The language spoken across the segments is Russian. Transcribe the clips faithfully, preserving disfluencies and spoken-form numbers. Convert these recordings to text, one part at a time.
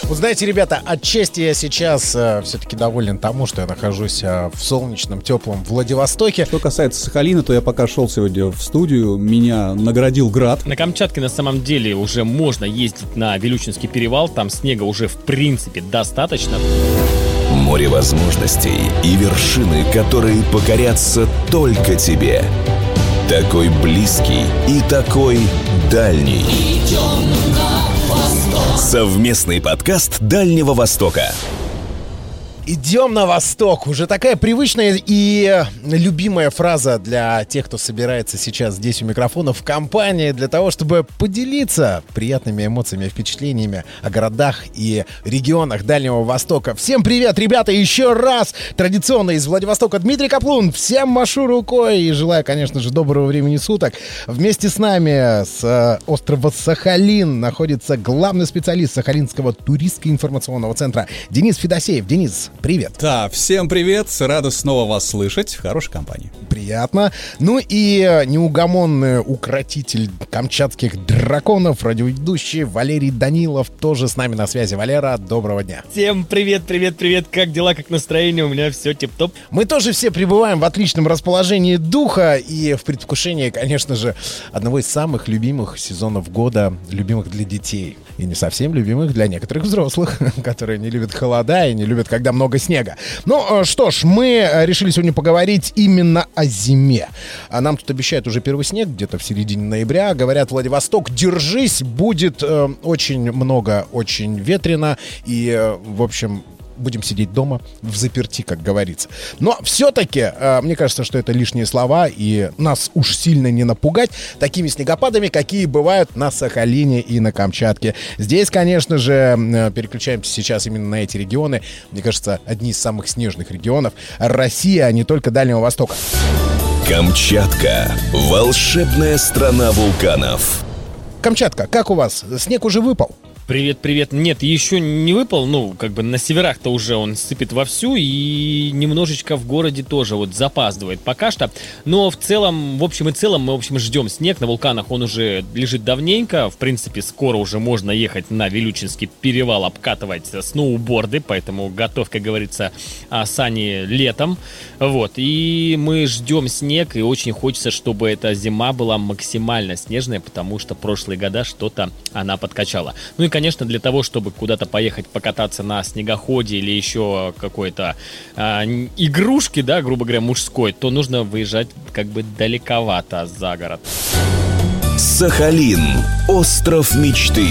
Вот знаете, ребята, отчасти я сейчас э, все-таки доволен тому, что я нахожусь э, в солнечном, теплом Владивостоке. Что касается Сахалина, то я пока шел сегодня в студию, меня наградил град. На Камчатке на самом деле уже можно ездить на Вилючинский перевал, там снега уже в принципе достаточно. Море возможностей и вершины, которые покорятся только тебе. Такой близкий и такой дальний. Совместный подкаст Дальнего Востока. Идем на восток. Уже такая привычная и любимая фраза для тех, кто собирается сейчас здесь у микрофона в компании, для того, чтобы поделиться приятными эмоциями и впечатлениями о городах и регионах Дальнего Востока. Всем привет, ребята, еще раз! Традиционно из Владивостока Дмитрий Каплун. Всем машу рукой и желаю, конечно же, доброго времени суток. Вместе с нами с острова Сахалин находится главный специалист Сахалинского туристско-информационного центра Денис Федосеев. Денис, привет. Да, всем привет, рада снова вас слышать, в хорошей компании. Приятно. Ну и неугомонный укротитель камчатских драконов, радиоведущий Валерий Данилов тоже с нами на связи. Валера, доброго дня. Всем привет, привет, привет, как дела, как настроение, у меня все тип-топ. Мы тоже все пребываем в отличном расположении духа и в предвкушении, конечно же, одного из самых любимых сезонов года, любимых для детей. И не совсем любимых для некоторых взрослых, которые не любят холода и не любят, когда много снега. Ну что ж, мы решили сегодня поговорить именно о зиме. А нам тут обещают уже первый снег где-то в середине ноября. Говорят, Владивосток, держись, будет э, очень много, очень ветрено. И, э, в общем... будем сидеть дома в заперти, как говорится. Но все-таки, э, мне кажется, что это лишние слова, и нас уж сильно не напугать такими снегопадами, какие бывают на Сахалине и на Камчатке. Здесь, конечно же, э, переключаемся сейчас именно на эти регионы. Мне кажется, одни из самых снежных регионов России, а не только Дальнего Востока. Камчатка. Волшебная страна вулканов. Камчатка, как у вас? Снег уже выпал? Привет, привет. Нет, еще не выпал, ну, как бы на северах-то уже он сыпет вовсю, и немножечко в городе тоже вот запаздывает пока что. Но в целом, в общем и целом, мы, в общем, ждем снег. На вулканах он уже лежит давненько. В принципе, скоро уже можно ехать на Вилючинский перевал, обкатывать сноуборды, поэтому готов, как говорится, сани летом. Вот, и мы ждем снег, и очень хочется, чтобы эта зима была максимально снежная, потому что прошлые года что-то она подкачала. Ну и, конечно, для того, чтобы куда-то поехать покататься на снегоходе или еще какой-то э, игрушки, да, грубо говоря, мужской, то нужно выезжать как бы далековато за город. Сахалин. Остров мечты.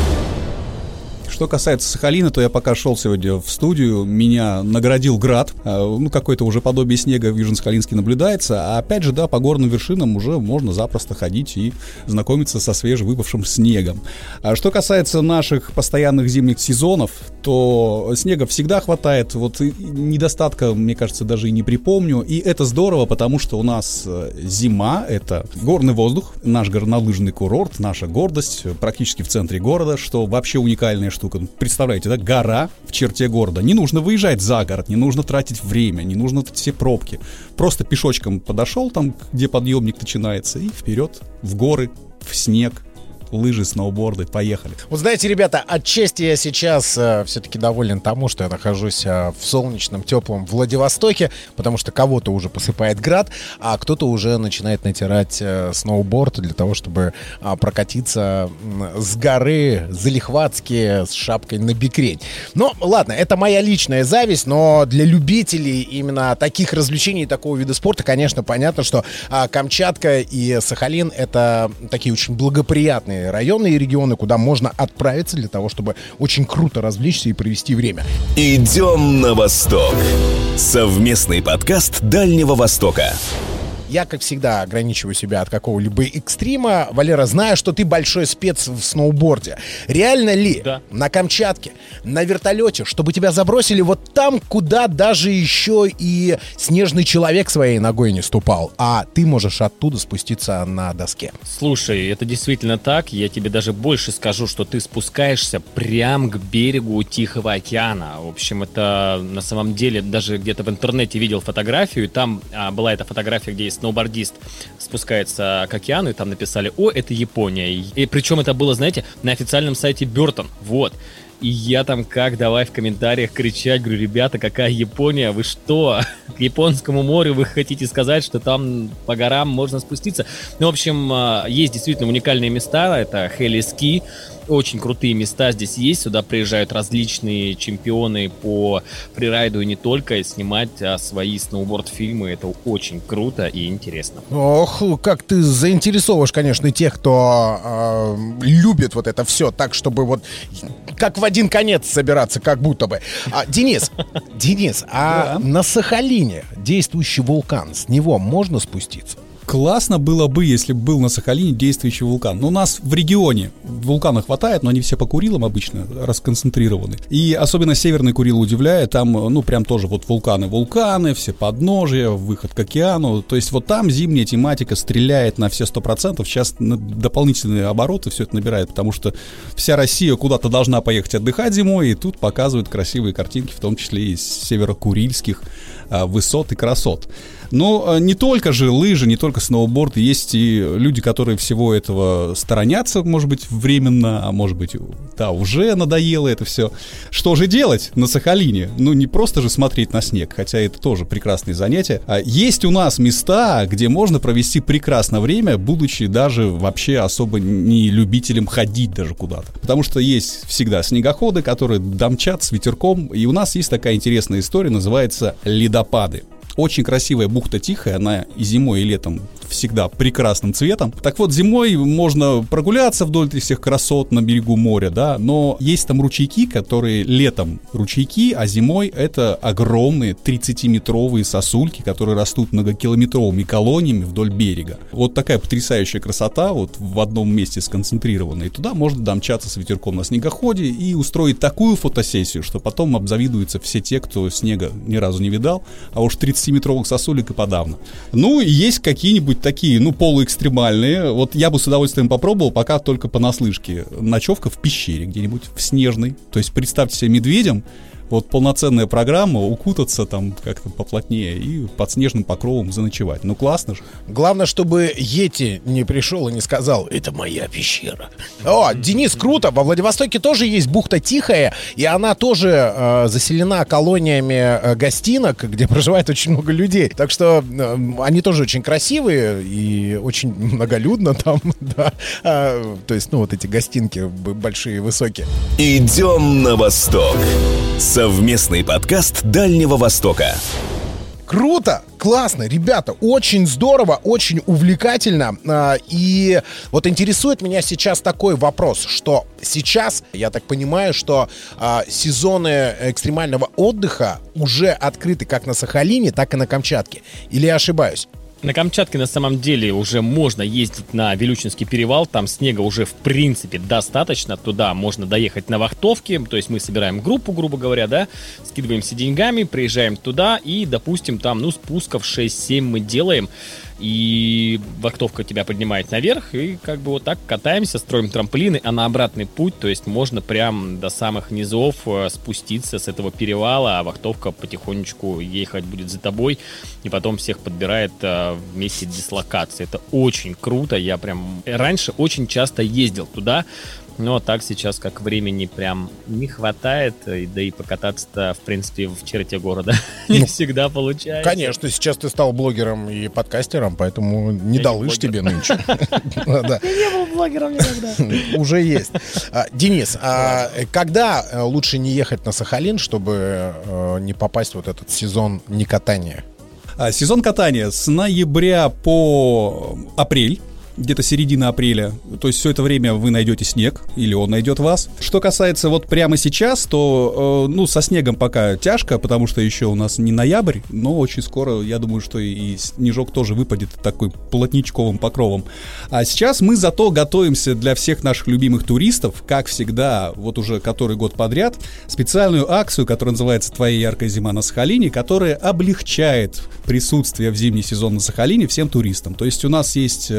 Что касается Сахалина, то я пока шел сегодня в студию, меня наградил град. Ну, какое-то уже подобие снега в Южно-Сахалинске наблюдается. А опять же, да, по горным вершинам уже можно запросто ходить и знакомиться со свежевыпавшим снегом. А что касается наших постоянных зимних сезонов, то снега всегда хватает. Вот недостатка, мне кажется, даже и не припомню. И это здорово, потому что у нас зима — это горный воздух, наш горнолыжный курорт, наша гордость, практически в центре города, что вообще уникальная штука. Представляете, да, гора в черте города. Не нужно выезжать за город, не нужно тратить время, не нужно все пробки. Просто пешочком подошел там, где подъемник начинается, и вперед, в горы, в снег. Лыжи, сноуборды, поехали. Вот знаете, ребята, отчасти я сейчас э, все-таки доволен тому, что я нахожусь э, в солнечном, теплом Владивостоке, потому что кого-то уже посыпает град, а кто-то уже начинает натирать э, сноуборд для того, чтобы э, прокатиться э, с горы залихватски с шапкой на бикрень. Ну, ладно, это моя личная зависть, но для любителей именно таких развлечений, такого вида спорта, конечно, понятно, что э, Камчатка и Сахалин — это такие очень благоприятные районы и регионы, куда можно отправиться для того, чтобы очень круто развлечься и провести время. Идем на восток. Совместный подкаст Дальнего Востока. Я, как всегда, ограничиваю себя от какого-либо экстрима. Валера, знаю, что ты большой спец в сноуборде. Реально ли да. на Камчатке, на вертолете, чтобы тебя забросили вот там, куда даже еще и снежный человек своей ногой не ступал, а ты можешь оттуда спуститься на доске? Слушай, это действительно так. Я тебе даже больше скажу, что ты спускаешься прям к берегу Тихого океана. В общем, это на самом деле, даже где-то в интернете видел фотографию, и там а, была эта фотография, где есть сноубордист спускается к океану, и там написали: о, это Япония. И, и причем это было, знаете, на официальном сайте Бёртон. Вот. И я там как давай в комментариях кричать, говорю, ребята, какая Япония, вы что? К Японскому морю вы хотите сказать, что там по горам можно спуститься? Ну, в общем, есть действительно уникальные места, это Хелиски. Очень крутые места здесь есть. Сюда приезжают различные чемпионы по фрирайду и не только, снимать свои сноуборд-фильмы. Это очень круто и интересно. Ох, как ты заинтересовываешь, конечно, тех, кто э, любит вот это все так, чтобы вот как в один конец собираться, как будто бы. А, Денис, Денис, а на Сахалине действующий вулкан, с него можно спуститься? Классно было бы, если бы был на Сахалине действующий вулкан. Но у нас в регионе вулкана хватает, но они все по Курилам обычно расконцентрированы. И особенно Северный Курил удивляет. Там, ну, прям тоже вот вулканы-вулканы, все подножия, выход к океану. То есть вот там зимняя тематика стреляет на все сто процентов. Сейчас дополнительные обороты все это набирает, потому что вся Россия куда-то должна поехать отдыхать зимой, и тут показывают красивые картинки, в том числе из северокурильских а, высот и красот. Но не только же лыжи, не только сноуборд, есть и люди, которые всего этого сторонятся, может быть, временно, а может быть, да, уже надоело это все. Что же делать на Сахалине? Ну, не просто же смотреть на снег, хотя это тоже прекрасное занятие. А есть у нас места, где можно провести прекрасное время, будучи даже вообще особо не любителем ходить даже куда-то. Потому что есть всегда снегоходы, которые домчат с ветерком, и у нас есть такая интересная история, называется «Ледопады». Очень красивая бухта Тихая, она и зимой, и летом всегда прекрасным цветом. Так вот, зимой можно прогуляться вдоль этих всех красот на берегу моря, да, но есть там ручейки, которые летом ручейки, а зимой это огромные тридцатиметровые сосульки, которые растут многокилометровыми колониями вдоль берега. Вот такая потрясающая красота, вот в одном месте сконцентрирована, и туда можно домчаться с ветерком на снегоходе и устроить такую фотосессию, что потом обзавидуются все те, кто снега ни разу не видал, а уж тридцатиметровых сосулек и подавно. Ну, и есть какие-нибудь такие, ну, полуэкстремальные. Вот я бы с удовольствием попробовал, пока только понаслышке. Ночевка в пещере где-нибудь, в снежной. То есть представьте себе медведем, вот полноценная программа, укутаться там как-то поплотнее и под снежным покровом заночевать. Ну, классно же. Главное, чтобы Йети не пришел и не сказал: это моя пещера. О, Денис, круто. Во Владивостоке тоже есть бухта Тихая, и она тоже э, заселена колониями э, гостинок, где проживает очень много людей. Так что э, они тоже очень красивые и очень многолюдно там, да. А, то есть, ну, вот эти гостинки большие и высокие. Идем на восток. Совместный подкаст Дальнего Востока. Круто, классно, ребята, очень здорово, очень увлекательно. И вот интересует меня сейчас такой вопрос, что сейчас, я так понимаю, что сезоны экстремального отдыха уже открыты как на Сахалине, так и на Камчатке. Или я ошибаюсь? На Камчатке на самом деле уже можно ездить на Вилючинский перевал, там снега уже в принципе достаточно, туда можно доехать на вахтовке, то есть мы собираем группу, грубо говоря, да, скидываемся деньгами, приезжаем туда и, допустим, там, ну, спусков шесть-семь мы делаем, и вахтовка тебя поднимает наверх, и как бы вот так катаемся, строим трамплины, а на обратный путь, то есть можно прям до самых низов спуститься с этого перевала, а вахтовка потихонечку ехать будет за тобой, и потом всех подбирает в месте дислокации. Это очень круто, я прям раньше очень часто ездил туда, но так сейчас как времени прям не хватает, да и покататься-то, в принципе, в черте города не ну, всегда получается. Конечно, сейчас ты стал блогером и подкастером, поэтому не до лыж тебе нынче. Я не был блогером никогда. Уже есть. Денис, когда лучше не ехать на Сахалин, чтобы не попасть в вот этот сезон некатания? Сезон катания с ноября по апрель. Где-то середина апреля. То есть все это время вы найдете снег, или он найдет вас. Что касается вот прямо сейчас, то, э, ну, со снегом пока тяжко, потому что еще у нас не ноябрь, но очень скоро, я думаю, что и снежок тоже выпадет такой плотничковым покровом. А сейчас мы зато готовимся для всех наших любимых туристов, как всегда, вот уже который год подряд, специальную акцию, которая называется «Твоя яркая зима на Сахалине», которая облегчает присутствие в зимний сезон на Сахалине всем туристам. То есть у нас есть целый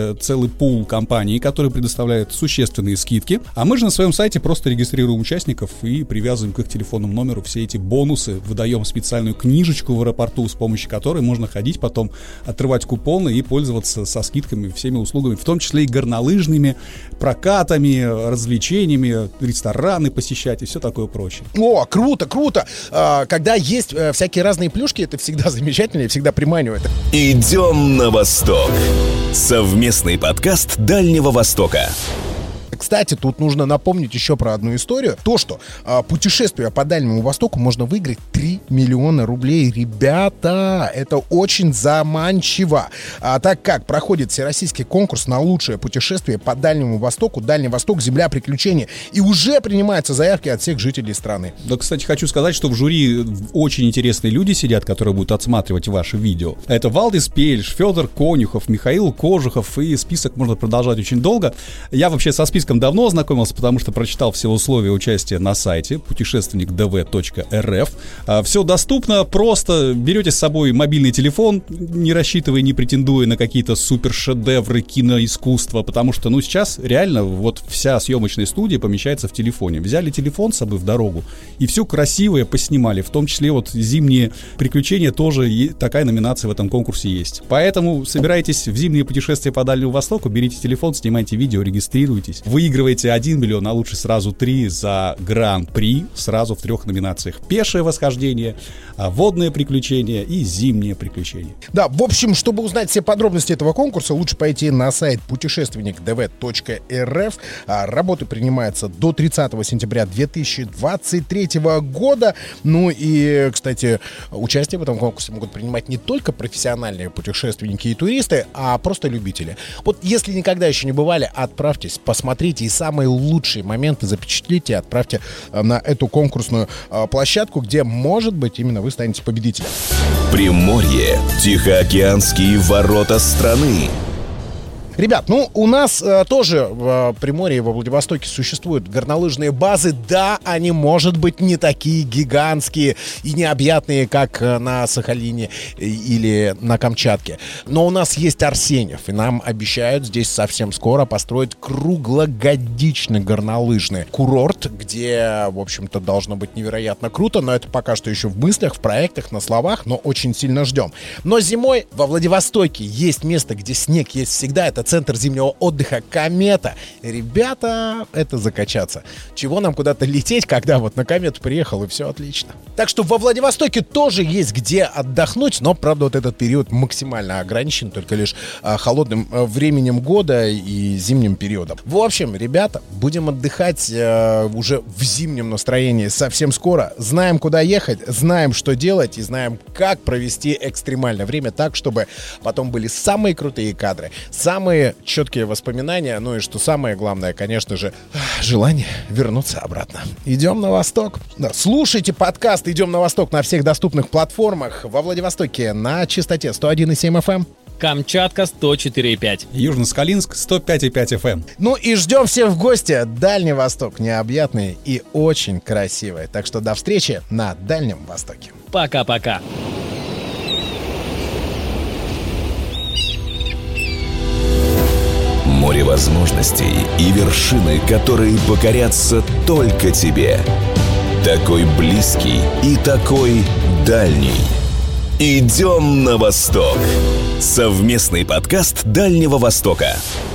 целый пул компаний, которые предоставляют существенные скидки, а мы же на своем сайте просто регистрируем участников и привязываем к их телефонному номеру все эти бонусы, выдаем специальную книжечку в аэропорту, с помощью которой можно ходить потом, отрывать купоны и пользоваться со скидками всеми услугами, в том числе и горнолыжными, прокатами, развлечениями, рестораны посещать и все такое прочее. О, круто, круто! А, когда есть а, всякие разные плюшки, это всегда замечательно и всегда приманивает. Идем на восток. Совместный подкаст Дальнего Востока. Кстати, тут нужно напомнить еще про одну историю. То, что а, путешествие по Дальнему Востоку можно выиграть три миллиона рублей. Ребята, это очень заманчиво. А, так как проходит всероссийский конкурс на лучшее путешествие по Дальнему Востоку, Дальний Восток, земля приключений. И уже принимаются заявки от всех жителей страны. Да, кстати, хочу сказать, что в жюри очень интересные люди сидят, которые будут отсматривать ваши видео. Это Валдис Пельш, Федор Конюхов, Михаил Кожухов, и список можно продолжать очень долго. Я вообще со списком давно ознакомился, потому что прочитал все условия участия на сайте путешественник дэ вэ точка эр эф. Все доступно, просто берете с собой мобильный телефон, не рассчитывая, не претендуя на какие-то супершедевры киноискусства, потому что, ну, сейчас реально вот вся съемочная студия помещается в телефоне. Взяли телефон с собой в дорогу и все красивое поснимали, в том числе вот зимние приключения тоже, такая номинация в этом конкурсе есть. Поэтому собирайтесь в зимние путешествия по Дальнему Востоку, берите телефон, снимайте видео, регистрируйтесь. Выигрываете один миллион, а лучше сразу три за гран-при, сразу в трех номинациях. Пешее восхождение, водное приключение и зимнее приключение. Да, в общем, чтобы узнать все подробности этого конкурса, лучше пойти на сайт путешественник дэ вэ точка эр эф. Работы принимаются до тридцатого сентября две тысячи двадцать третьего года. Ну и, кстати, участие в этом конкурсе могут принимать не только профессиональные путешественники и туристы, а просто любители. Вот если никогда еще не бывали, отправьтесь, посмотрите и самые лучшие моменты запечатлите, отправьте на эту конкурсную площадку, где, может быть, именно вы станете победителем. Приморье. Тихоокеанские ворота страны. Ребят, ну, у нас э, тоже в Приморье, во Владивостоке существуют горнолыжные базы. Да, они, может быть, не такие гигантские и необъятные, как на Сахалине или на Камчатке. Но у нас есть Арсеньев, и нам обещают здесь совсем скоро построить круглогодичный горнолыжный курорт, где, в общем-то, должно быть невероятно круто, но это пока что еще в мыслях, в проектах, на словах, но очень сильно ждем. Но зимой во Владивостоке есть место, где снег есть всегда. Это центр зимнего отдыха «Комета». Ребята, это закачаться. Чего нам куда-то лететь, когда вот на «Комету» приехал, и все отлично. Так что во Владивостоке тоже есть где отдохнуть, но, правда, вот этот период максимально ограничен только лишь а, холодным а, временем года и зимним периодом. В общем, ребята, будем отдыхать а, уже в зимнем настроении совсем скоро. Знаем, куда ехать, знаем, что делать и знаем, как провести экстремальное время так, чтобы потом были самые крутые кадры, самые четкие воспоминания, ну и что самое главное, конечно же, желание вернуться обратно. Идем на восток. Да, слушайте подкаст «Идем на восток» на всех доступных платформах. Во Владивостоке на частоте сто один и семь эф эм. Камчатка сто четыре и пять. Южно-Сахалинск сто пять и пять эф эм. Ну и ждем всех в гости. Дальний Восток необъятный и очень красивый. Так что до встречи на Дальнем Востоке. Пока-пока. Море возможностей и вершины, которые покорятся только тебе. Такой близкий и такой дальний. Идем на восток. Совместный подкаст Дальнего Востока.